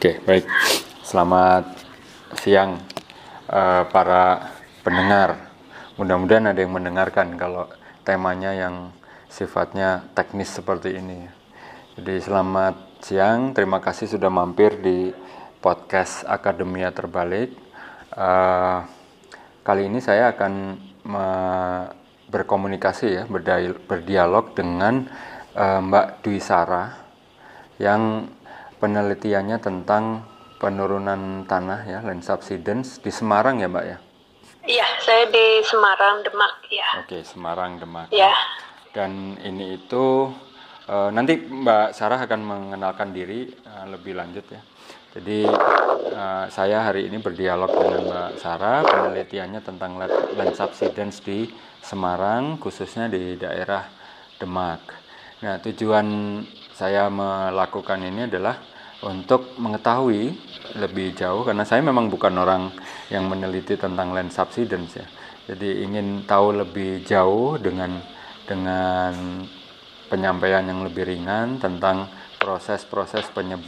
Oke, baik. Selamat siang para pendengar. Mudah-mudahan ada yang mendengarkan kalau temanya yang sifatnya teknis seperti ini. Jadi selamat siang, terima kasih sudah mampir di podcast Akademia Terbalik. Kali ini saya akan berkomunikasi ya, berdialog dengan Mbak Dwi Sarah yang penelitiannya tentang penurunan tanah ya, land subsidence di Semarang ya Mbak ya? Iya, saya di Semarang, Demak ya. Oke, Semarang, Demak. Ya. Dan ini itu nanti Mbak Sarah akan mengenalkan diri lebih lanjut ya. Jadi saya hari ini berdialog dengan Mbak Sarah, penelitiannya tentang land subsidence di Semarang, khususnya di daerah Demak. Nah, tujuan saya melakukan ini adalah untuk mengetahui lebih jauh, karena saya memang bukan orang yang meneliti tentang land subsidence ya. Jadi ingin tahu lebih jauh dengan penyampaian yang lebih ringan tentang proses-proses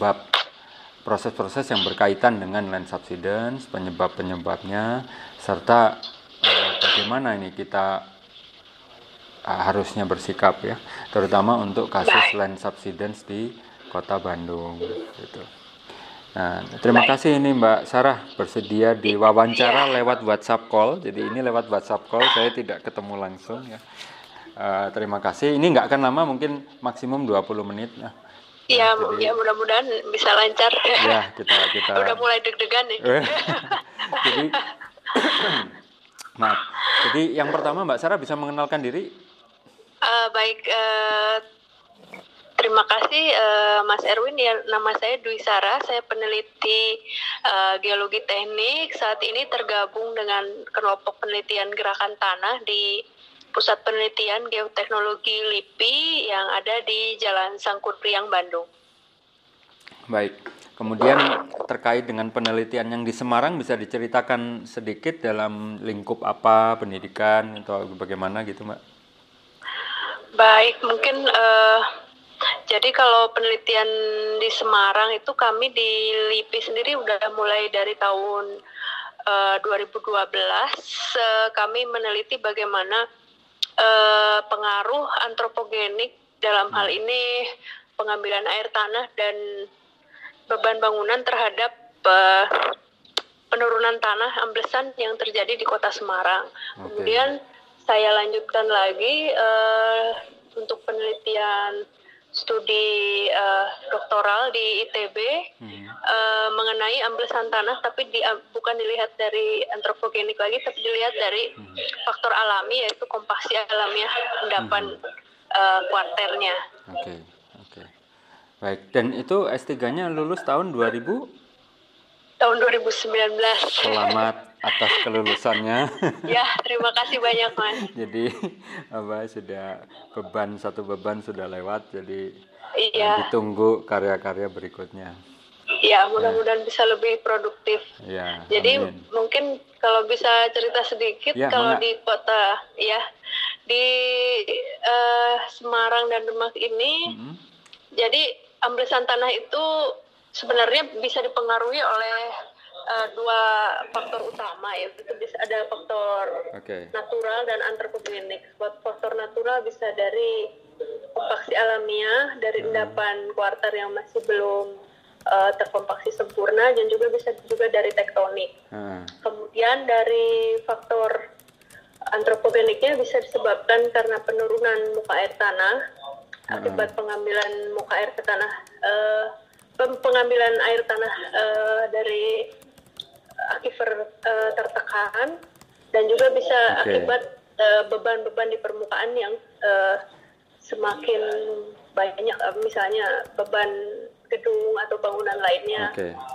yang berkaitan dengan land subsidence, penyebab-penyebabnya, serta bagaimana ini kita harusnya bersikap ya, terutama untuk kasus land subsidence di Kota Bandung gitu. Nah, terima kasih ini Mbak Sarah bersedia diwawancara lewat WhatsApp call. Jadi ini lewat WhatsApp call, saya tidak ketemu langsung ya. Terima kasih. Ini nggak akan lama, mungkin maksimum 20 menit. Iya, ya, mudah-mudahan bisa lancar. Ya, kita udah mulai deg-degan nih. Jadi nah, jadi yang pertama Mbak Sarah bisa mengenalkan diri. Baik, terima kasih Mas Erwin. Ya, nama saya Dwi Sarah, saya peneliti geologi teknik. Saat ini tergabung dengan kelompok penelitian gerakan tanah di Pusat Penelitian Geoteknologi LIPI yang ada di Jalan Sangkuriang, Bandung. Baik, kemudian terkait dengan penelitian yang di Semarang, bisa diceritakan sedikit dalam lingkup apa, pendidikan atau bagaimana gitu Mbak? Baik, mungkin jadi kalau penelitian di Semarang itu kami di LIPI sendiri udah mulai dari tahun 2012. Kami meneliti bagaimana pengaruh antropogenik dalam hal ini pengambilan air tanah dan beban bangunan terhadap penurunan tanah amblesan yang terjadi di Kota Semarang. Kemudian saya lanjutkan lagi untuk penelitian studi doktoral di ITB mengenai amblesan tanah, tapi bukan dilihat dari antropogenik lagi, tapi dilihat dari faktor alami, yaitu kompaksi alamiah endapan kuarternya. Oke. Baik, dan itu S3-nya lulus tahun 2000? Tahun 2019. Selamat atas kelulusannya. Ya, terima kasih banyak Mas. Jadi sudah satu beban sudah lewat, jadi ditunggu karya-karya berikutnya. Ya, mudah-mudahan bisa lebih produktif. Ya, jadi amin. Mungkin kalau bisa cerita sedikit kalau di kota ya di Semarang dan Demak ini, jadi amblesan tanah itu sebenarnya bisa dipengaruhi oleh dua faktor utama, yaitu bisa ada faktor natural dan antropogenik. Faktor natural bisa dari kompaksi alamiah, dari endapan kuarter yang masih belum terkompaksi sempurna, dan juga bisa juga dari tektonik. Kemudian dari faktor antropogeniknya bisa disebabkan karena penurunan muka air tanah akibat pengambilan muka air ke tanah. Pengambilan air tanah dari aquifer tertekan, dan juga bisa akibat beban-beban di permukaan yang semakin banyak, misalnya beban gedung atau bangunan lainnya.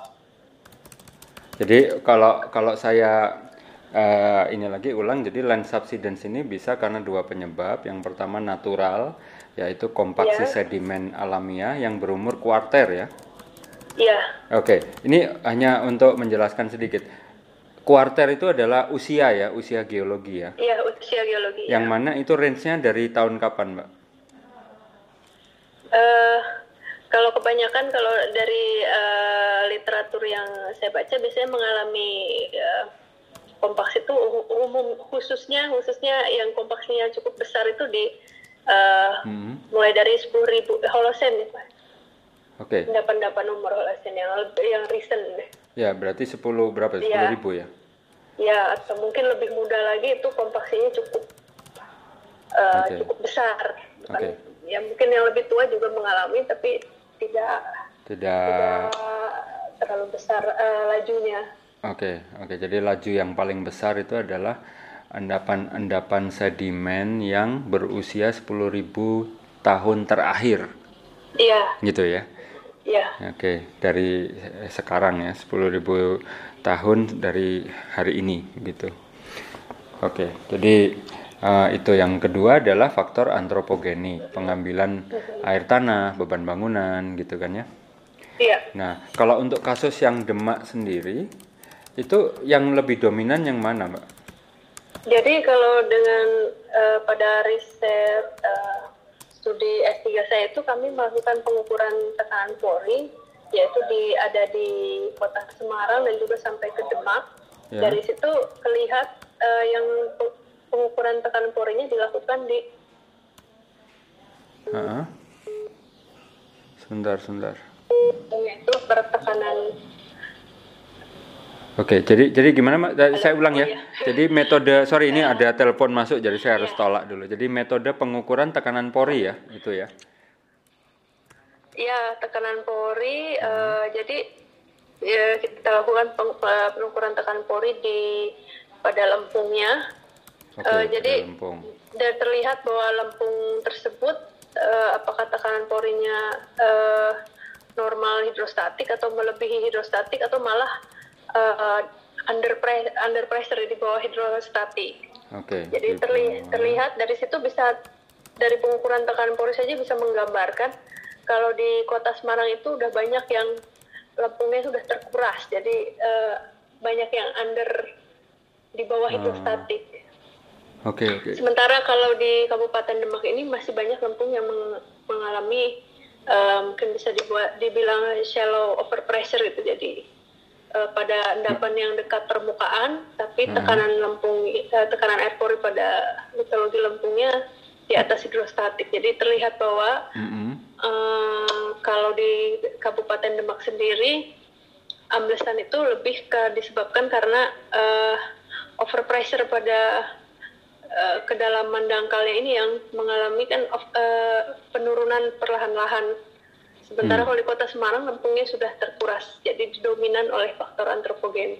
Jadi kalau saya ini lagi ulang, jadi land subsidence ini bisa karena dua penyebab. Yang pertama natural, yaitu kompaksi sedimen alamiah yang berumur kuarter ya. Iya. Ini hanya untuk menjelaskan sedikit. Kuarter itu adalah usia geologi ya. Iya, usia geologi. Yang mana itu range-nya dari tahun kapan, Mbak? Kalau kebanyakan kalau dari literatur yang saya baca biasanya mengalami kompaks itu umum khususnya yang kompaksnya cukup besar itu di mulai dari 10.000 holosen ya Pak. Oke. Endapan umur holosen yang recent. Ya, berarti 10 berapa? 10.000 ya? Ya, atau mungkin lebih muda lagi itu kompaksinya cukup cukup besar. Ya mungkin yang lebih tua juga mengalami tapi tidak terlalu besar lajunya. Oke. Jadi laju yang paling besar itu adalah endapan sedimen yang berusia 10.000 tahun terakhir. Iya. Gitu ya? Iya. Oke, dari sekarang ya, 10.000 tahun dari hari ini gitu. Oke, jadi itu yang kedua adalah faktor antropogeni, pengambilan air tanah, beban bangunan gitu kan ya. Iya. Nah, kalau untuk kasus yang Demak sendiri, itu yang lebih dominan yang mana, Mbak? Jadi kalau dengan pada riset studi S3 saya itu kami melakukan pengukuran tekanan pori, yaitu ada di kota Semarang dan juga sampai ke Demak. Ya. Dari situ terlihat yang pengukuran tekanan porinya dilakukan di Sebentar. Itu bertekanan. Oke, jadi gimana Mbak? Saya ulang ya. Jadi metode, ini ada telepon masuk, jadi saya harus tolak dulu. Jadi metode pengukuran tekanan pori ya, itu ya? Ya, tekanan pori. Jadi ya, kita lakukan pengukuran tekanan pori pada lempungnya. Jadi dan terlihat bahwa lempung tersebut apakah tekanan porinya normal hidrostatik atau melebihi hidrostatik atau malah under pressure di bawah hidrostatik. Jadi terlihat dari situ dari pengukuran tekanan pori saja bisa menggambarkan kalau di kota Semarang itu udah banyak yang lempungnya sudah terkuras. Jadi banyak yang di bawah hidrostatik. Sementara kalau di Kabupaten Demak ini masih banyak lempung yang mengalami mungkin bisa dibilang shallow overpressure gitu. Jadi pada endapan yang dekat permukaan, tapi tekanan air pori pada litologi lempungnya di atas hidrostatik. Jadi terlihat bahwa kalau di Kabupaten Demak sendiri amblesan itu lebih disebabkan karena overpressure pada kedalaman dangkalnya ini yang mengalami kan penurunan perlahan-lahan. Sementara kalau di kota Semarang lempungnya sudah terkuras, jadi didominan oleh faktor antropogen.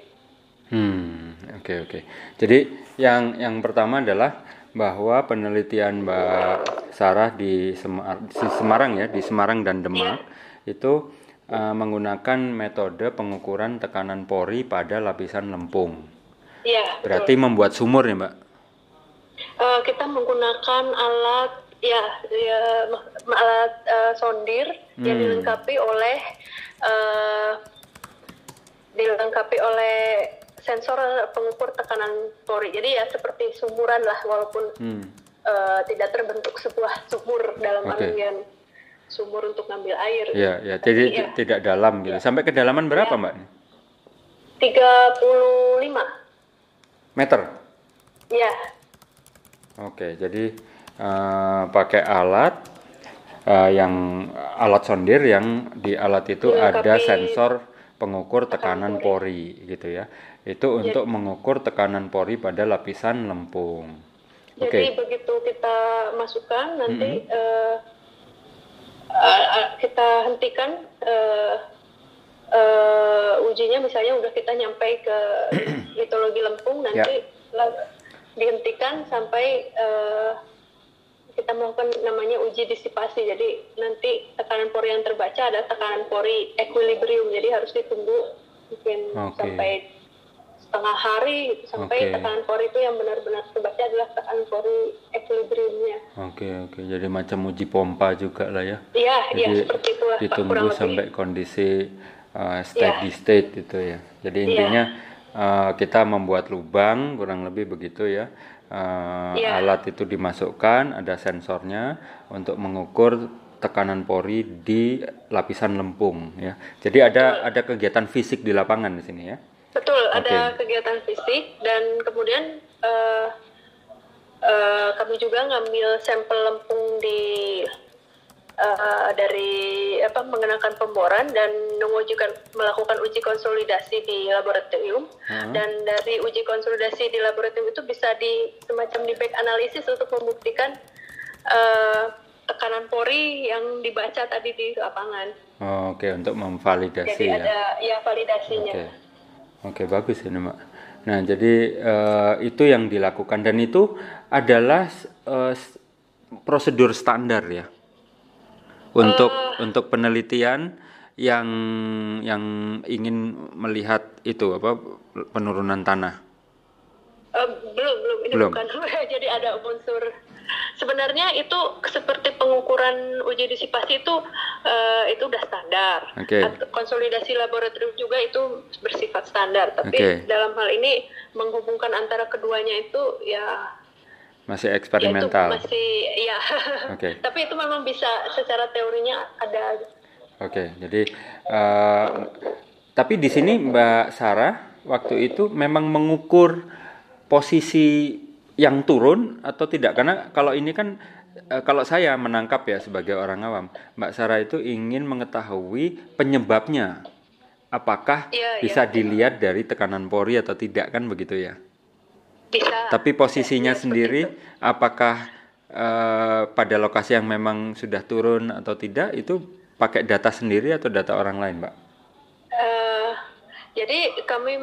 Oke. Jadi yang pertama adalah bahwa penelitian Mbak Sarah di Semarang ya, di Semarang dan Demak itu menggunakan metode pengukuran tekanan pori pada lapisan lempung. Iya. Berarti membuat sumur ya, Mbak? Kita menggunakan alat sondir yang dilengkapi oleh sensor pengukur tekanan pori. Jadi ya seperti sumuran lah, walaupun tidak terbentuk sebuah sumur dalam artian sumur untuk ngambil air. Iya. Jadi tidak dalam gitu. Sampai kedalaman berapa, Mbak? 35 meter. Ya. Oke, jadi pakai alat alat sondir yang di alat itu ada sensor pengukur tekanan pori gitu ya. Itu untuk mengukur tekanan pori pada lapisan lempung. Jadi begitu kita masukkan nanti kita hentikan ujinya, misalnya udah kita nyampe ke litologi lempung, nanti dihentikan sampai kita melakukan namanya uji disipasi. Jadi nanti tekanan pori yang terbaca adalah tekanan pori equilibrium, jadi harus ditunggu mungkin sampai setengah hari gitu, sampai tekanan pori itu yang benar-benar terbaca adalah tekanan pori equilibriumnya. Oke. Jadi macam uji pompa juga lah ya. Iya, seperti itu lah. Ditunggu sampai kondisi steady state itu ya. Jadi intinya kita membuat lubang, kurang lebih begitu ya. Alat itu dimasukkan, ada sensornya untuk mengukur tekanan pori di lapisan lempung ya. Jadi ada kegiatan fisik di lapangan di sini ya. Betul, ada kegiatan fisik dan kemudian kami juga ngambil sampel lempung dari mengenakan pemboran dan melakukan uji konsolidasi di laboratorium. Dan dari uji konsolidasi di laboratorium itu bisa semacam di back analisis untuk membuktikan tekanan pori yang dibaca tadi di lapangan. Oke, untuk memvalidasi. Jadi ada validasinya. Oke, bagus ini Mbak. Nah, jadi itu yang dilakukan dan itu adalah prosedur standar ya. Untuk penelitian yang ingin melihat itu penurunan tanah. Belum. Bukan. Jadi ada unsur sebenarnya itu seperti pengukuran uji disipasi itu udah standar. Konsolidasi laboratorium juga itu bersifat standar. Tapi dalam hal ini menghubungkan antara keduanya itu ya masih eksperimental. Tapi itu memang bisa secara teorinya ada. Jadi tapi di sini Mbak Sarah waktu itu memang mengukur posisi yang turun atau tidak, karena kalau ini kan kalau saya menangkap ya sebagai orang awam, Mbak Sarah itu ingin mengetahui penyebabnya, apakah bisa dilihat dari tekanan pori atau tidak, kan begitu ya? Bisa. Tapi posisinya sendiri apakah pada lokasi yang memang sudah turun atau tidak itu pakai data sendiri atau data orang lain, Mbak? Jadi kami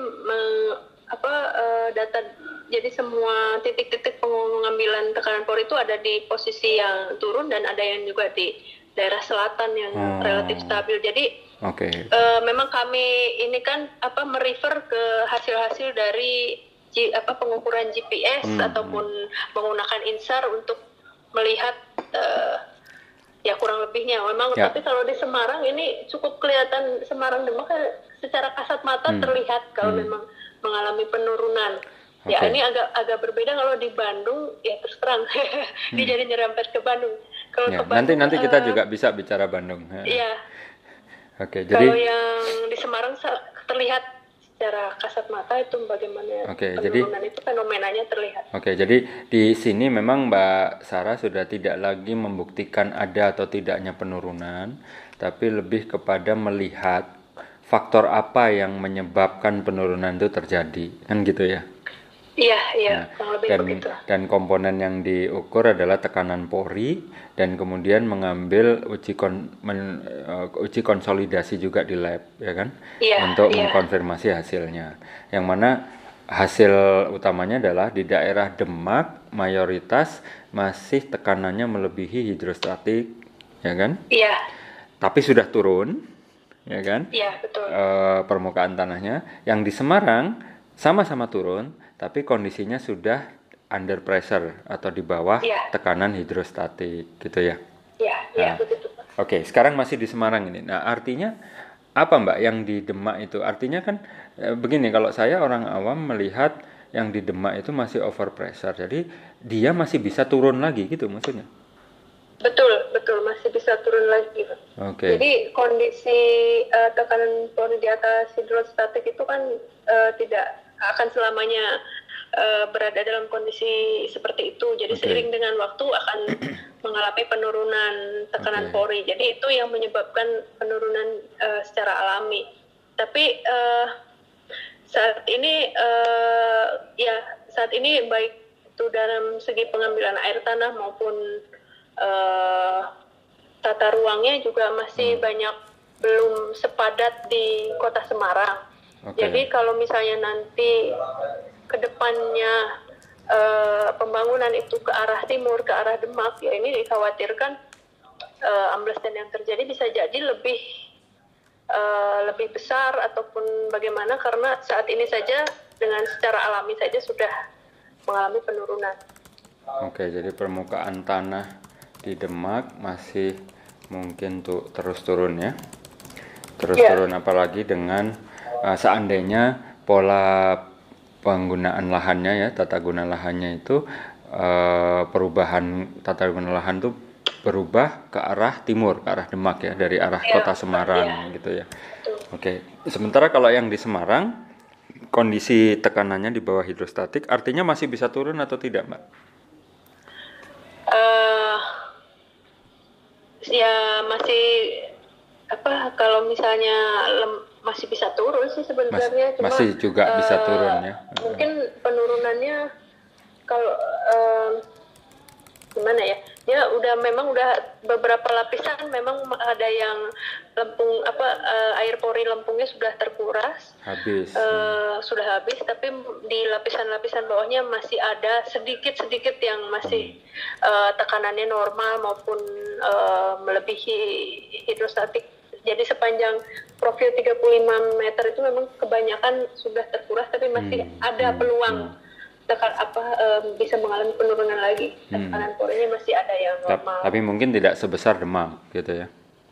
data, jadi semua titik-titik pengambilan tekanan pori itu ada di posisi yang turun dan ada yang juga di daerah selatan yang relatif stabil. Jadi memang kami ini kan merefer ke hasil-hasil dari pengukuran GPS ataupun menggunakan INSAR untuk melihat kurang lebihnya memang. Tapi kalau di Semarang ini cukup kelihatan, Semarang Demak secara kasat mata terlihat kalau memang mengalami penurunan. Ini agak berbeda kalau di Bandung, ya terus terang dia jadi nyerempet ke Bandung. Kalau ke Bandung, nanti kita juga bisa bicara Bandung. Iya. Jadi kalau yang di Semarang terlihat secara kasat mata itu bagaimana penurunan itu fenomenanya terlihat. Jadi di sini memang Mbak Sarah sudah tidak lagi membuktikan ada atau tidaknya penurunan, tapi lebih kepada melihat faktor apa yang menyebabkan penurunan itu terjadi, kan gitu ya? Iya, kurang lebih begitu. Dan komponen yang diukur adalah tekanan pori dan kemudian mengambil uji konsolidasi juga di lab, ya kan? Untuk mengkonfirmasi hasilnya. Yang mana hasil utamanya adalah di daerah Demak mayoritas masih tekanannya melebihi hidrostatik, ya kan? Iya. Tapi sudah turun, ya kan? Iya, betul. Permukaan tanahnya. Yang di Semarang sama-sama turun, tapi kondisinya sudah under pressure atau di bawah tekanan hidrostatik, gitu ya? Iya, begitu. Sekarang masih di Semarang ini. Nah, artinya apa Mbak yang di Demak itu? Artinya kan begini, kalau saya orang awam melihat yang di Demak itu masih over pressure, jadi dia masih bisa turun lagi gitu maksudnya? Betul, masih bisa turun lagi. Jadi kondisi tekanan pori di atas hidrostatik itu kan tidak akan selamanya berada dalam kondisi seperti itu. Jadi seiring dengan waktu akan mengalami penurunan tekanan pori. Jadi itu yang menyebabkan penurunan secara alami. Tapi saat ini baik itu dalam segi pengambilan air tanah maupun tata ruangnya juga masih banyak belum sepadat di Kota Semarang. Jadi kalau misalnya nanti ke depannya pembangunan itu ke arah timur, ke arah Demak, ya ini dikhawatirkan amblesan yang terjadi bisa jadi lebih besar ataupun bagaimana, karena saat ini saja dengan secara alami saja sudah mengalami penurunan. Jadi permukaan tanah di Demak masih mungkin terus turun ya. Turun apalagi dengan seandainya pola penggunaan lahannya ya, tata guna lahannya itu perubahan tata guna lahan itu berubah ke arah timur, ke arah Demak ya, dari arah kota Semarang gitu ya. Oke. Sementara kalau yang di Semarang kondisi tekanannya di bawah hidrostatik, artinya masih bisa turun atau tidak, Mbak? Ya masih kalau misalnya masih bisa turun sih sebenarnya, cuma masih juga bisa turun ya. Mungkin penurunannya kalau gimana ya? Ya memang udah beberapa lapisan memang ada yang lempung air pori lempungnya sudah terkuras. Habis. Sudah habis, tapi di lapisan-lapisan bawahnya masih ada sedikit-sedikit yang masih tekanannya normal maupun melebihi hidrostatik. Jadi sepanjang profil 35 meter itu memang kebanyakan sudah terkuras, tapi masih ada peluang bisa mengalami penurunan lagi. Tekanan porinya masih ada yang normal. Tapi mungkin tidak sebesar Demak gitu ya.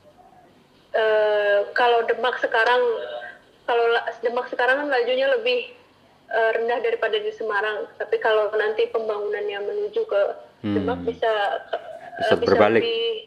Kalau Demak sekarang kan lajunya lebih rendah daripada di Semarang. Tapi kalau nanti pembangunannya menuju ke Demak bisa berbalik.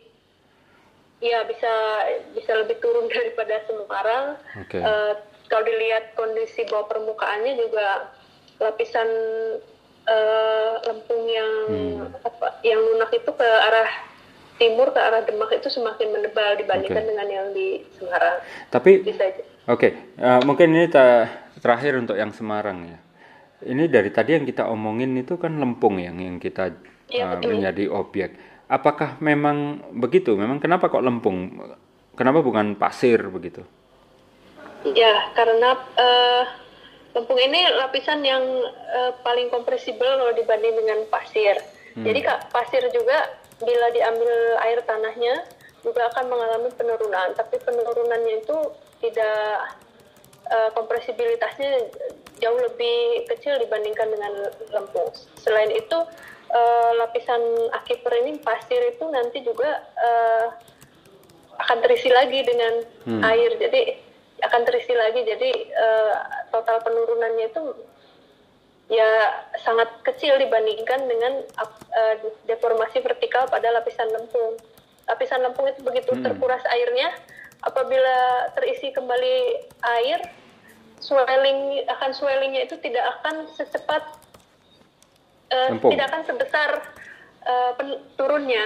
Bisa lebih turun daripada Semarang. Okay. Kalau dilihat kondisi bawah permukaannya juga lapisan lempung yang lunak itu ke arah timur, ke arah Demak itu semakin menebal dibandingkan dengan yang di Semarang. Tapi mungkin ini terakhir untuk yang Semarang ya. Ini dari tadi yang kita omongin itu kan lempung yang kita menjadi objek. Apakah memang begitu? Memang kenapa kok lempung? Kenapa bukan pasir begitu? Ya, karena lempung ini lapisan yang paling kompresibel kalau dibanding dengan pasir. Jadi pasir juga bila diambil air tanahnya juga akan mengalami penurunan, tapi penurunannya itu tidak kompresibilitasnya jauh lebih kecil dibandingkan dengan lempung. Selain itu lapisan aquifer ini pasir itu nanti juga akan terisi lagi dengan air, jadi akan terisi lagi, jadi total penurunannya itu ya sangat kecil dibandingkan dengan deformasi vertikal pada lapisan lempung. Lapisan lempung itu begitu terkuras airnya, apabila terisi kembali air, swellingnya itu tidak akan secepat, tidak akan sebesar turunnya.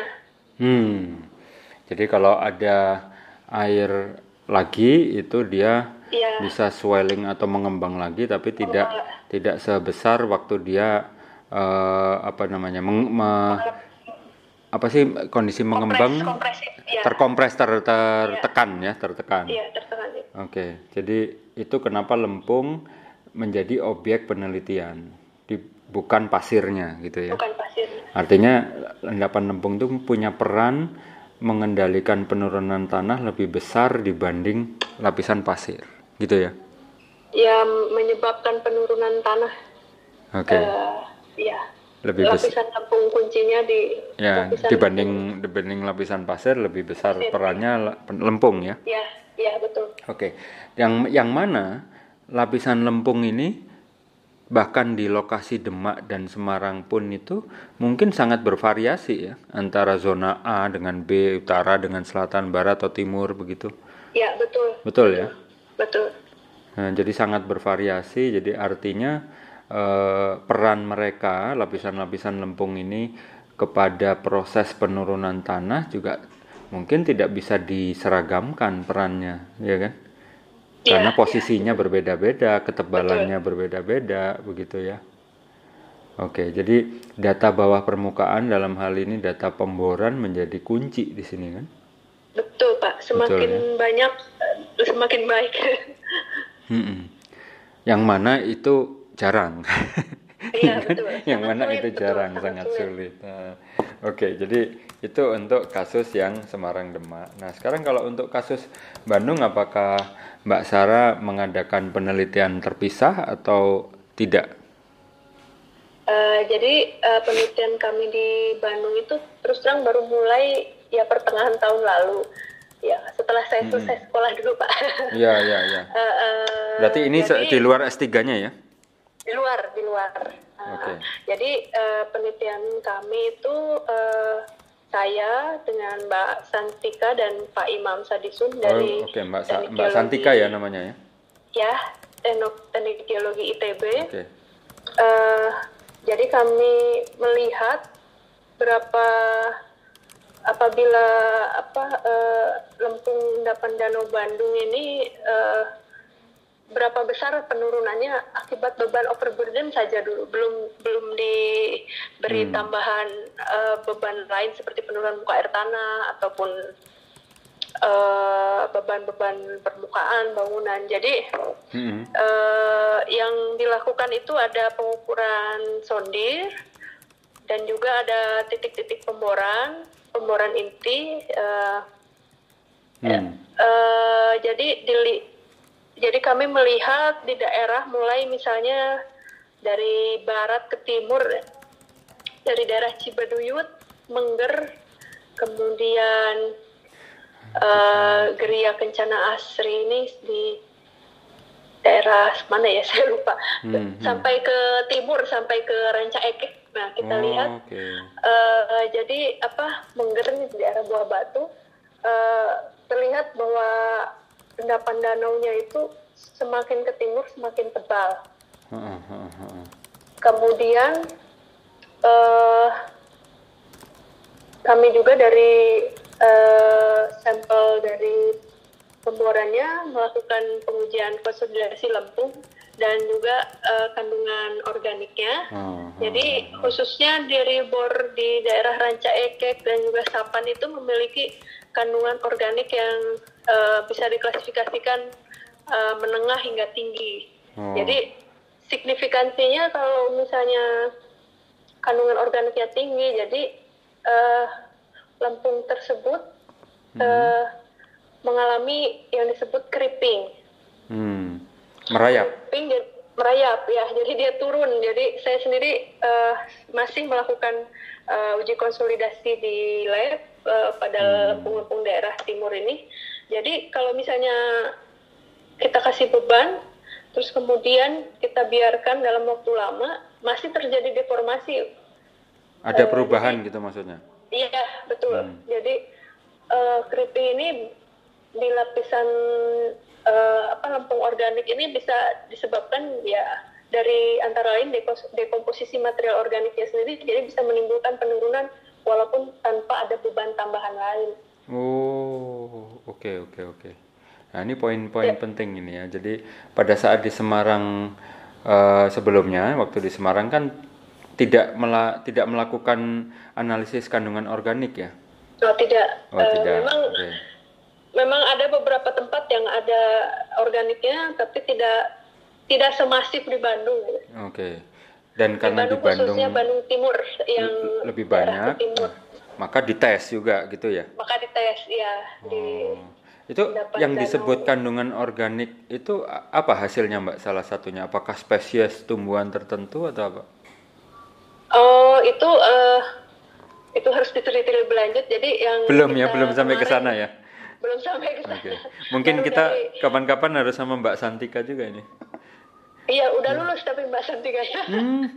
Jadi kalau ada air lagi itu dia bisa swelling atau mengembang lagi, tapi tidak sebesar waktu dia kondisi mengembang, terkompres, tertekan. Iya, tertekan. Oke, jadi itu kenapa lempung menjadi objek penelitian, bukan pasirnya gitu ya. Bukan pasirnya. Artinya endapan lempung itu punya peran mengendalikan penurunan tanah lebih besar dibanding lapisan pasir, gitu ya? Ya, menyebabkan penurunan tanah. Oke. Lebih lapisan lempung kuncinya dibanding lapisan pasir lebih besar perannya lempung ya? Iya betul. Oke. Yang mana lapisan lempung ini bahkan di lokasi Demak dan Semarang pun itu mungkin sangat bervariasi ya, antara zona A dengan B, utara dengan selatan, barat atau timur begitu. Ya, betul. Betul ya? Betul. Nah, jadi sangat bervariasi, jadi artinya peran mereka, lapisan-lapisan lempung ini kepada proses penurunan tanah juga mungkin tidak bisa diseragamkan perannya, ya kan? Karena posisinya berbeda-beda, ketebalannya berbeda-beda, begitu ya. Oke, jadi data bawah permukaan dalam hal ini data pemboran menjadi kunci di sini kan? Betul Pak, semakin banyak semakin baik. Yang mana itu jarang. Iya betul. Yang mana itu jarang, sangat sulit. Nah, oke, jadi itu untuk kasus yang Semarang Demak. Nah, sekarang kalau untuk kasus Bandung, apakah Mbak Sarah mengadakan penelitian terpisah atau tidak? Jadi penelitian kami di Bandung itu terus terang baru mulai ya pertengahan tahun lalu. Ya, setelah saya selesai sekolah dulu Pak. Iya. Berarti ini di luar S3-nya ya? Di luar. Okay. Jadi penelitian kami itu saya dengan Mbak Santika dan Pak Imam Sadisun dari Mbak Santika ya namanya ya? Ya, Teknik Geologi ITB. Okay. Jadi kami melihat apabila lempung endapan Danau Bandung ini berapa besar penurunannya akibat beban overburden saja dulu, belum diberi tambahan beban lain seperti penurunan muka air tanah ataupun beban-beban permukaan bangunan. Jadi yang dilakukan itu ada pengukuran sondir dan juga ada titik-titik pemboran inti. Jadi kami melihat di daerah mulai misalnya dari barat ke timur, dari daerah Cibaduyut, Mengger, kemudian Geria Kencana Asri ini di daerah mana ya saya lupa, sampai ke timur, sampai ke Ranca Ekek. Nah kita lihat, jadi Mengger ini di daerah Buah Batu, terlihat bahwa endapan danaunya itu semakin ke timur semakin tebal. Kemudian kami juga dari sampel dari pemborannya melakukan pengujian konsolidasi lempung dan juga kandungan organiknya. Jadi khususnya dari bor di daerah Ranca Ekek dan juga Sapan itu memiliki kandungan organik yang bisa diklasifikasikan menengah hingga tinggi. Jadi signifikansinya kalau misalnya kandungan organiknya tinggi, jadi lempung tersebut mengalami yang disebut creeping. Merayap. Merayap ya, jadi dia turun. Jadi saya sendiri masih melakukan uji konsolidasi di lab pada lempung-lempung daerah timur ini. Jadi kalau misalnya kita kasih beban, terus kemudian kita biarkan dalam waktu lama, masih terjadi deformasi. Ada perubahan gitu maksudnya? Iya, betul. Jadi creeping ini di lapisan lempung organik ini bisa disebabkan ya dari antara lain dekomposisi material organiknya sendiri, jadi bisa menimbulkan penurunan walaupun tanpa ada beban tambahan lain. Oke. Nah ini poin-poin penting ini ya. Jadi pada saat di Semarang sebelumnya, waktu di Semarang kan tidak melakukan analisis kandungan organik ya? Tidak. Memang ada beberapa tempat yang ada organiknya, tapi tidak semasif di Bandung. Dan karena di Bandung khususnya Bandung Timur yang lebih banyak, maka dites juga gitu ya? Maka dites ya. Itu yang disebut kandungan organik itu apa hasilnya Mbak? Salah satunya apakah spesies tumbuhan tertentu atau apa? Itu harus diteliti lebih lanjut. Jadi yang belum sampai ke sana ya. Belum sampai ke sana. Mungkin kita kapan-kapan harus sama Mbak Santika juga ini. Iya, udah lulus tapi Mbak Santika ya.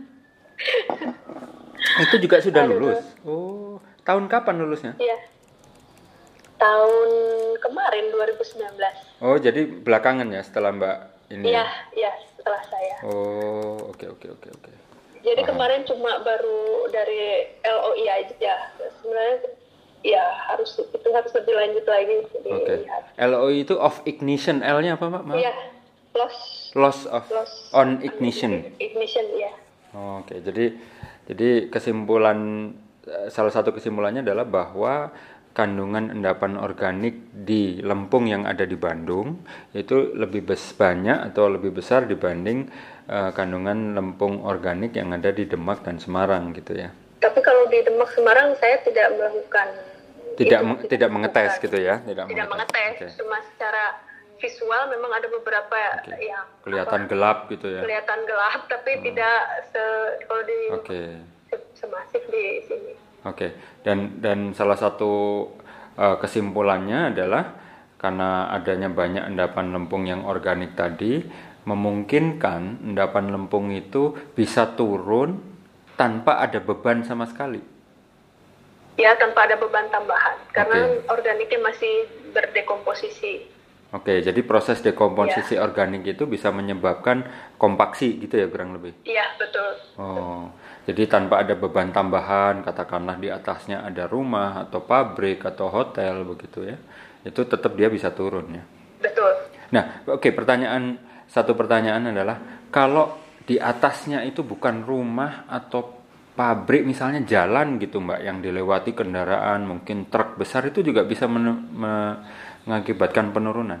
Itu juga sudah lulus. Tahun kapan lulusnya? Iya. Tahun kemarin 2019. Jadi belakangan ya setelah Mbak ini. Iya, setelah saya. Oke. Jadi kemarin cuma baru dari LOI aja. Sebenarnya ya harus lebih lanjut lagi dilihat. LOI itu of ignition, L-nya apa Mbak? Iya, loss on ignition. Ignition ya. Jadi kesimpulan, salah satu kesimpulannya adalah bahwa kandungan endapan organik di lempung yang ada di Bandung itu lebih banyak atau lebih besar dibanding kandungan lempung organik yang ada di Demak dan Semarang gitu ya. Tapi kalau di Demak Semarang saya tidak melakukan tidak mengetes gitu ya, tidak mengetes. Cuma secara visual memang ada beberapa yang kelihatan gelap gitu ya. Kelihatan gelap tapi tidak kalau di semasif di sini. Dan salah satu kesimpulannya adalah karena adanya banyak endapan lempung yang organik tadi, memungkinkan endapan lempung itu bisa turun tanpa ada beban sama sekali. Ya, tanpa ada beban tambahan, karena organiknya masih berdekomposisi. Oke, jadi proses dekomposisi organik itu bisa menyebabkan kompaksi gitu ya kurang lebih? Iya, betul. Oh, jadi tanpa ada beban tambahan, katakanlah di atasnya ada rumah atau pabrik atau hotel begitu ya, itu tetap dia bisa turun ya? Betul. Nah, satu pertanyaan adalah, kalau di atasnya itu bukan rumah atau pabrik, misalnya jalan gitu Mbak, yang dilewati kendaraan, mungkin truk besar, itu juga bisa mengakibatkan penurunan.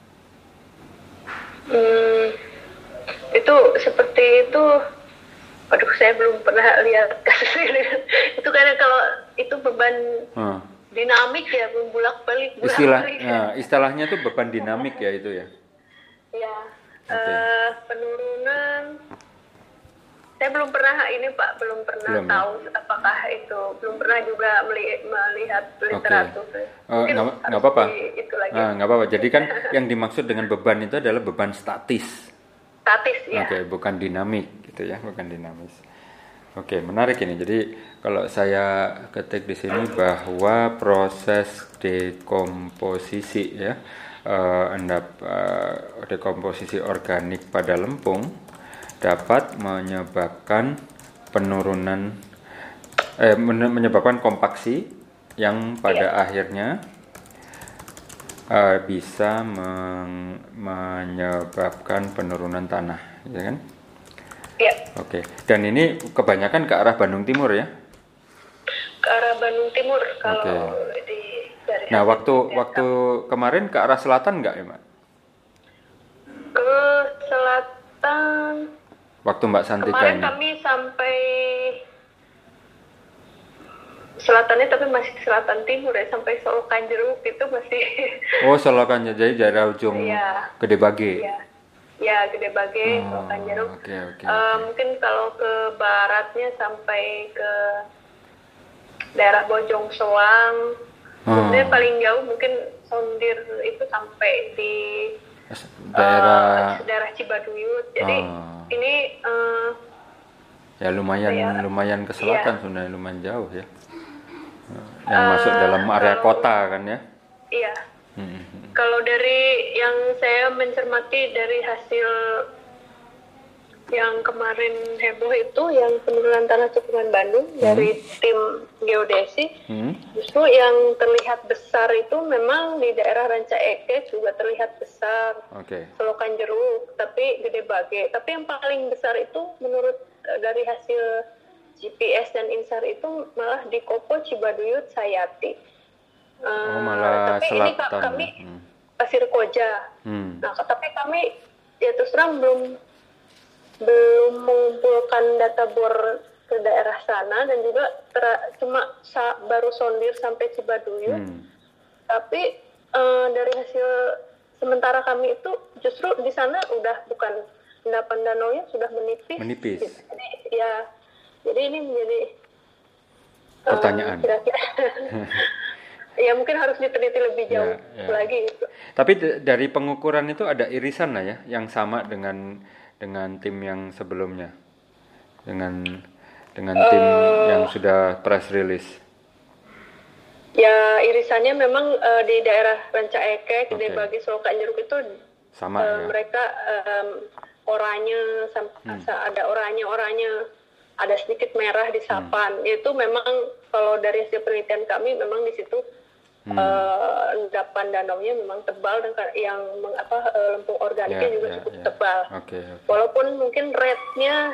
Itu seperti itu, aduh saya belum pernah lihat kasus ini. Itu karena kalau itu beban dinamik ya, bolak-balik. Istilahnya tuh beban dinamik ya itu ya. Ya, penurunan. Saya belum pernah tahu apakah itu, belum pernah juga melihat literatur. Nggak apa-apa. Nggak apa-apa. Jadi kan yang dimaksud dengan beban itu adalah beban statis. Statis ya. Bukan dinamik gitu ya, bukan dinamis. Menarik ini. Jadi kalau saya ketik di sini bahwa proses dekomposisi ya, dekomposisi organik pada lempung dapat menyebabkan menyebabkan kompaksi yang pada akhirnya bisa menyebabkan penurunan tanah, ya kan? Iya. Dan ini kebanyakan ke arah Bandung Timur ya? Ke arah Bandung Timur kalau dari. Nah, waktu kemarin ke arah selatan nggak ya, Mbak? Ke selatan. Waktu Mbak Santika kemarin ini. Kami sampai selatannya, tapi masih selatan timur ya, sampai Solokan Jeruk itu masih. Oh, Solokan Jeruk, jadi daerah ujung Gede Bage. Ya, Gede Bage, Solokan Jeruk. Mungkin kalau ke baratnya sampai ke daerah Bojong Soang. Sebenarnya paling jauh mungkin Sondir itu sampai di daerah Cibaduyut. Jadi ini ya lumayan ke selatan sebenarnya, lumayan jauh ya. Yang masuk dalam area kota kan ya? Iya. Kalau dari yang saya mencermati dari hasil yang kemarin heboh itu, yang penurunan tanah cekungan Bandung dari tim geodesi, justru yang terlihat besar itu memang di daerah Ranca Ekek juga terlihat besar, Solokan Jeruk, tapi Gede Bage. Tapi yang paling besar itu menurut dari hasil GPS dan INSAR itu malah di Kopo, Cibaduyut, Sayati. Malah tapi selatan. Ini kami Pasir Koja. Nah, tapi kami ya terus terang belum mengumpulkan data bor ke daerah sana, dan juga cuma baru sondir sampai Cibaduyut. Tapi dari hasil sementara kami itu justru di sana udah bukan endapan danaunya sudah menipis. Jadi ini menjadi pertanyaan. Kira-kira ya mungkin harus diteliti lebih jauh lagi. Tapi dari pengukuran itu ada irisan lah ya, yang sama dengan tim yang sebelumnya, dengan tim yang sudah press release. Ya, irisannya memang di daerah Ranca Ekek, Gede Bage, Solokan Jeruk itu sama ya. Mereka oranye, ada oranye, ada sedikit merah di sapan. Itu memang kalau dari hasil penelitian kami memang di situ endapan danaunya memang tebal, dan yang lempung organiknya juga cukup tebal. Walaupun mungkin rate-nya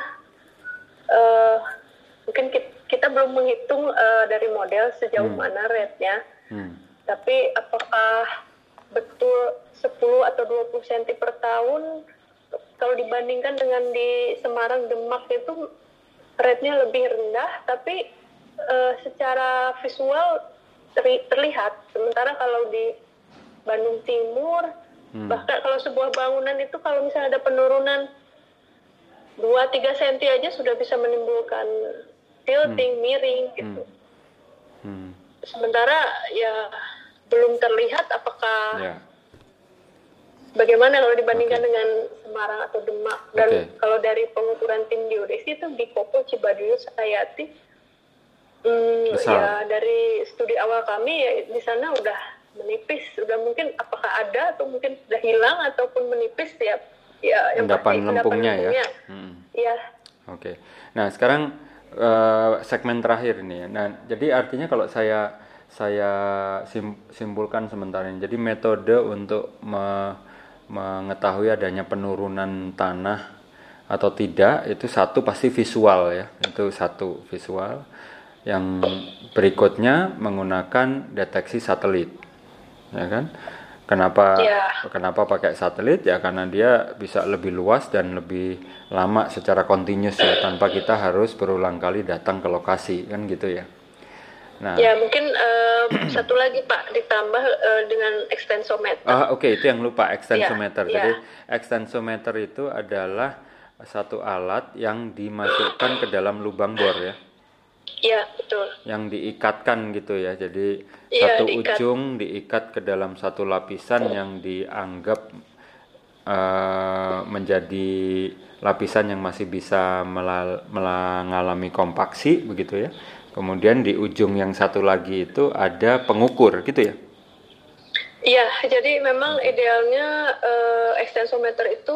mungkin kita belum menghitung dari model sejauh mana rate-nya. Tapi apakah betul 10 atau 20 cm per tahun, kalau dibandingkan dengan di Semarang, Demak itu rate-nya lebih rendah, tapi secara visual terlihat. Sementara kalau di Bandung Timur, bahkan kalau sebuah bangunan itu kalau misalnya ada penurunan 2-3 cm aja sudah bisa menimbulkan tilting, miring gitu. Sementara ya belum terlihat apakah bagaimana kalau dibandingkan dengan Semarang atau Demak. Dan kalau dari pengukuran tim geodesi itu di Kopo, Cibaduyut, Sayati Ya dari studi awal kami ya di sana udah menipis, udah mungkin apakah ada atau mungkin sudah hilang ataupun menipis ya yang endapan lempungnya ya. Iya. Oke. Nah sekarang segmen terakhir ini ya. Nah jadi artinya kalau saya simpulkan sementara ini, jadi metode untuk mengetahui adanya penurunan tanah atau tidak itu satu pasti visual ya, itu satu visual. Yang berikutnya menggunakan deteksi satelit, ya kan? Kenapa pakai satelit ya? Karena dia bisa lebih luas dan lebih lama secara kontinus ya, tanpa kita harus berulang kali datang ke lokasi, kan gitu ya. Nah, ya mungkin satu lagi Pak ditambah dengan extensometer. Oke, itu yang lupa, extensometer. Jadi extensometer itu adalah satu alat yang dimasukkan ke dalam lubang bor ya. Iya, betul. Yang diikatkan gitu ya. Jadi satu ujung diikat ke dalam satu lapisan yang dianggap menjadi lapisan yang masih bisa mengalami kompaksi begitu ya. Kemudian di ujung yang satu lagi itu ada pengukur gitu ya. Iya, jadi memang idealnya extensometer itu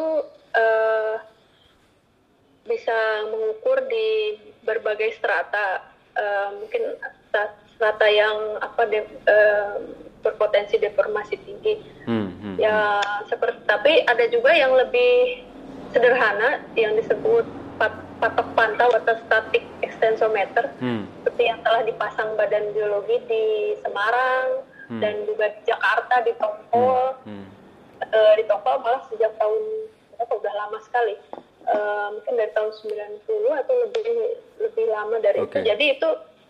bisa mengukur di berbagai strata. Mungkin strata yang berpotensi deformasi tinggi. Ya seperti, tapi ada juga yang lebih sederhana yang disebut patok pantau atau static extensometer, seperti yang telah dipasang Badan Geologi di Semarang dan juga di Jakarta di Tongkol. Di Tongkol malah sejak tahun udah lama sekali. Mungkin dari tahun 90 atau lebih lama dari itu. Jadi itu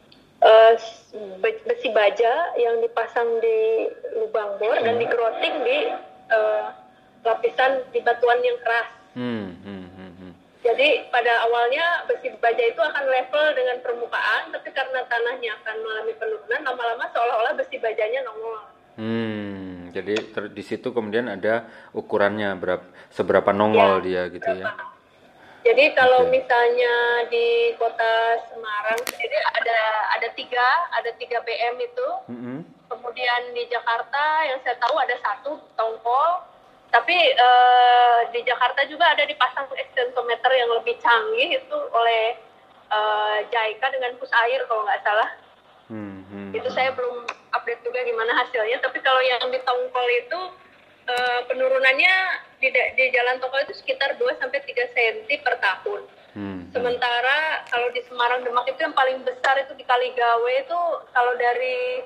besi baja yang dipasang di lubang bor dan digroting di lapisan di batuan yang keras. Jadi pada awalnya besi baja itu akan level dengan permukaan, tapi karena tanahnya akan mengalami penurunan, lama-lama seolah-olah besi bajanya nongol. Jadi di situ kemudian ada ukurannya seberapa nongol dia gitu ya. Jadi kalau misalnya di kota Semarang sendiri ada tiga BM itu. Kemudian di Jakarta yang saya tahu ada 1 Tongkol. Tapi di Jakarta juga ada dipasang extensometer yang lebih canggih itu oleh JICA dengan Pusair kalau nggak salah. Itu saya belum update juga gimana hasilnya. Tapi kalau yang di Tongkol itu penurunannya di Jalan Tongkol itu sekitar 2-3 cm per tahun. Sementara kalau di Semarang Demak itu yang paling besar itu di Kaligawe itu kalau dari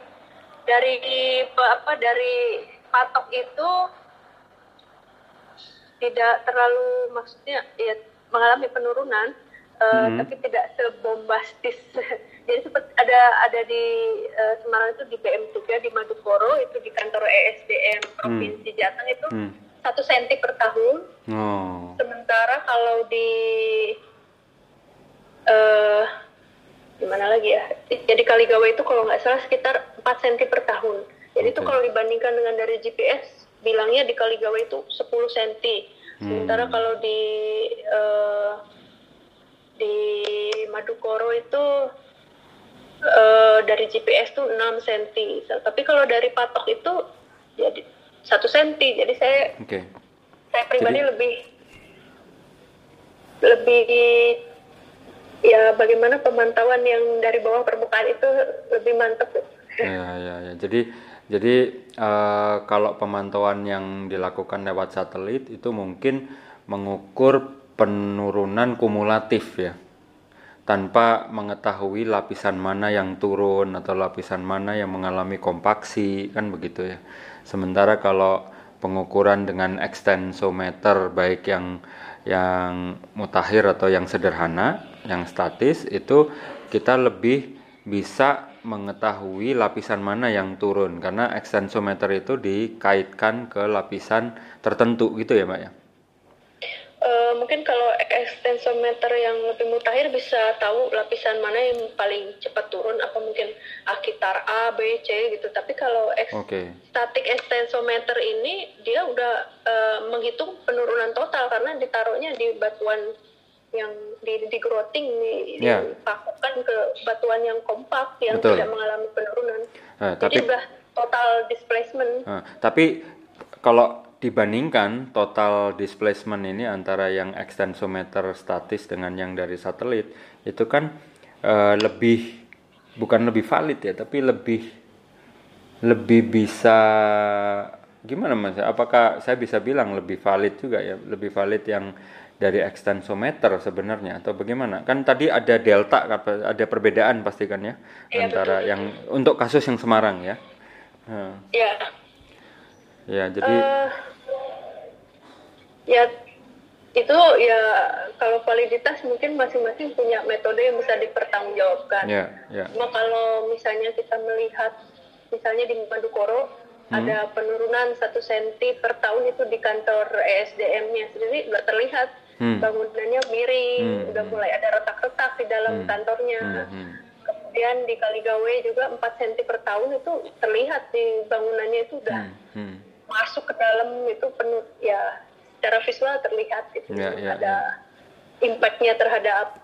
patok itu tidak terlalu, maksudnya ya mengalami penurunan, tapi tidak sebombastis. Jadi seperti ada di Semarang itu di BM3 di Madukoro itu di kantor ESDM Provinsi Jateng itu 1 cm per tahun. Sementara kalau di gimana lagi ya? Jadi Kaligawe itu kalau nggak salah sekitar 4 cm per tahun. Jadi itu kalau dibandingkan dengan dari GPS bilangnya di Kaligawe itu 10 cm. Sementara kalau di Madukoro itu dari GPS itu 6 cm. Tapi kalau dari patok itu jadi 1 cm. Jadi saya pribadi lebih ya bagaimana pemantauan yang dari bawah permukaan itu lebih mantap. Ya. Jadi kalau pemantauan yang dilakukan lewat satelit itu mungkin mengukur penurunan kumulatif ya, tanpa mengetahui lapisan mana yang turun atau lapisan mana yang mengalami kompaksi, kan begitu ya. Sementara kalau pengukuran dengan extensometer baik yang mutakhir atau yang sederhana, yang statis, itu kita lebih bisa mengetahui lapisan mana yang turun karena extensometer itu dikaitkan ke lapisan tertentu gitu ya Mbak ya. Mungkin kalau extensometer yang lebih mutakhir bisa tahu lapisan mana yang paling cepat turun, apa mungkin akitar A, B, C gitu. Tapi kalau static extensometer ini dia udah menghitung penurunan total karena ditaruhnya di batuan yang di growting Ya. dipakukan ke batuan yang kompak yang Betul. tidak mengalami penurunan. Tapi Jadi udah total displacement. Tapi kalau dibandingkan total displacement ini antara yang extensometer statis dengan yang dari satelit, itu kan bukan lebih valid ya, tapi lebih bisa gimana Mas? Apakah saya bisa bilang lebih valid juga ya, lebih valid yang dari extensometer sebenarnya atau bagaimana? Kan tadi ada delta, ada perbedaan pastikan ya, antara betul. Yang untuk kasus yang Semarang ya. Ya. Ya, jadi ya itu ya kalau validitas mungkin masing-masing punya metode yang bisa dipertanggungjawabkan. Cuma kalau misalnya kita melihat misalnya di Madukoro ada penurunan 1 cm per tahun itu di kantor ESDM-nya sendiri nggak terlihat, bangunannya miring, udah mulai ada retak-retak di dalam kantornya. Kemudian di Kaligawe juga 4 cm per tahun itu terlihat di bangunannya itu udah masuk ke dalam itu penuh ya. Secara visual terlihat gitu, ada impact-nya terhadap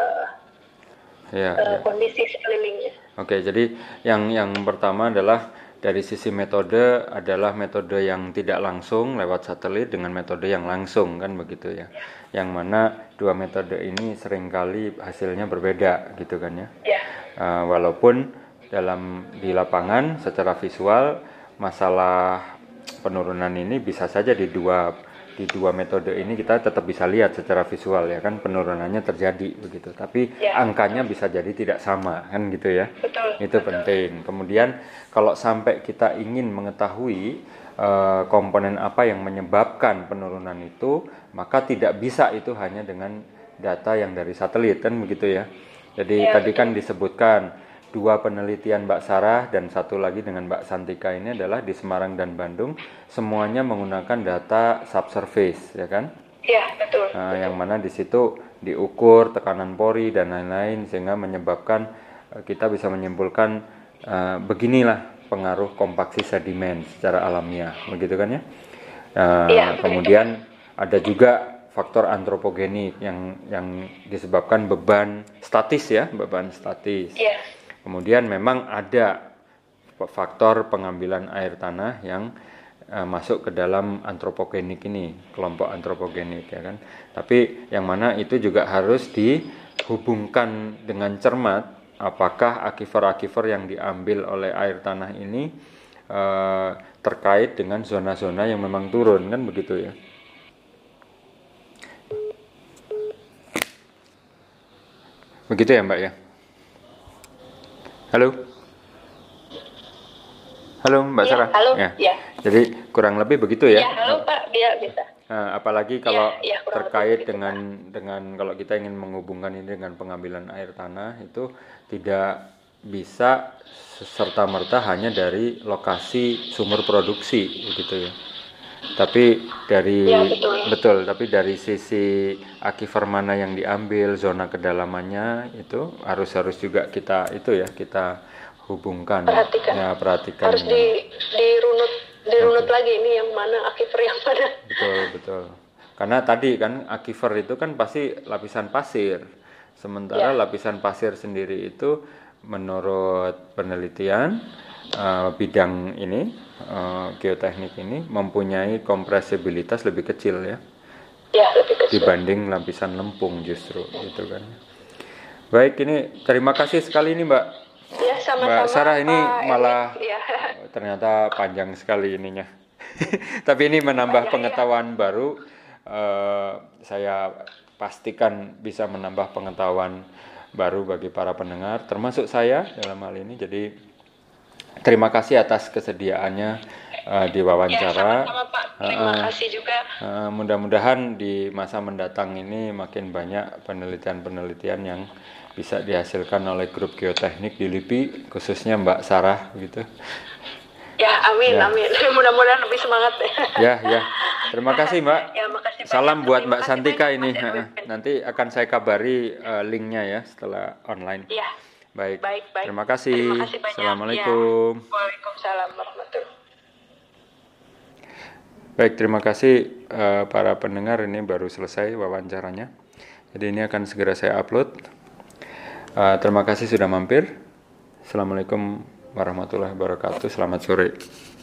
kondisi sekelilingnya. Oke, jadi yang pertama adalah dari sisi metode adalah metode yang tidak langsung lewat satelit dengan metode yang langsung kan begitu ya. Yang mana dua metode ini seringkali hasilnya berbeda gitu kan ya. Walaupun di lapangan secara visual masalah penurunan ini bisa saja di dua metode ini kita tetap bisa lihat secara visual ya kan penurunannya terjadi begitu, tapi angkanya bisa jadi tidak sama kan gitu ya. Itu penting. Kemudian kalau sampai kita ingin mengetahui komponen apa yang menyebabkan penurunan itu, maka tidak bisa itu hanya dengan data yang dari satelit kan begitu ya. Jadi tadi kan disebutkan 2 penelitian Mbak Sarah dan 1 lagi dengan Mbak Santika ini adalah di Semarang dan Bandung, semuanya menggunakan data subsurface, ya kan? Iya, betul. Yang mana di situ diukur tekanan pori dan lain-lain sehingga menyebabkan kita bisa menyimpulkan beginilah pengaruh kompaksi sedimen secara alamiah, begitu kan ya? Kemudian ada juga faktor antropogenik yang disebabkan beban statis ya, beban statis. Kemudian memang ada faktor pengambilan air tanah yang masuk ke dalam antropogenik ini, kelompok antropogenik ya kan. Tapi yang mana itu juga harus dihubungkan dengan cermat apakah akifer-akifer yang diambil oleh air tanah ini terkait dengan zona-zona yang memang turun kan begitu ya. Begitu ya Mbak ya. Halo Mbak Sarah. Halo. Ya. Jadi kurang lebih begitu ya. Halo Pak, bisa. Apalagi kalau terkait dengan kalau kita ingin menghubungkan ini dengan pengambilan air tanah itu tidak bisa serta-merta hanya dari lokasi sumber produksi begitu ya. Tapi tapi dari sisi akifer mana yang diambil, zona kedalamannya itu harus juga kita hubungkan. Perhatikan. Harus dirunut lagi ini yang mana akifer yang mana. Betul. Karena tadi kan akifer itu kan pasti lapisan pasir. Sementara lapisan pasir sendiri itu menurut penelitian bidang ini geoteknik ini mempunyai kompresibilitas lebih kecil ya. Lebih kecil dibanding lapisan lempung justru gitu kan. Baik, ini terima kasih sekali ini Mbak. Sama-sama. Mbak Sarah ini malah ternyata panjang sekali ininya. Tapi ini menambah pengetahuan baru. Saya pastikan bisa menambah pengetahuan baru bagi para pendengar, termasuk saya dalam hal ini. Jadi terima kasih atas kesediaannya diwawancara. Sama-sama Pak. Terima kasih juga. Mudah-mudahan di masa mendatang ini makin banyak penelitian-penelitian yang bisa dihasilkan oleh grup geoteknik di LIPI, khususnya Mbak Sarah gitu. Amin. Mudah-mudahan lebih semangat. Terima kasih Mbak. Makasih salam buat Mbak Santika ini. Nanti akan saya kabari linknya ya setelah online. Baik. Terima kasih. Assalamualaikum. Waalaikumsalam warahmatullahi. Baik, terima kasih para pendengar, ini baru selesai wawancaranya. Jadi ini akan segera saya upload. Terima kasih sudah mampir. Assalamualaikum warahmatullahi wabarakatuh. Selamat sore.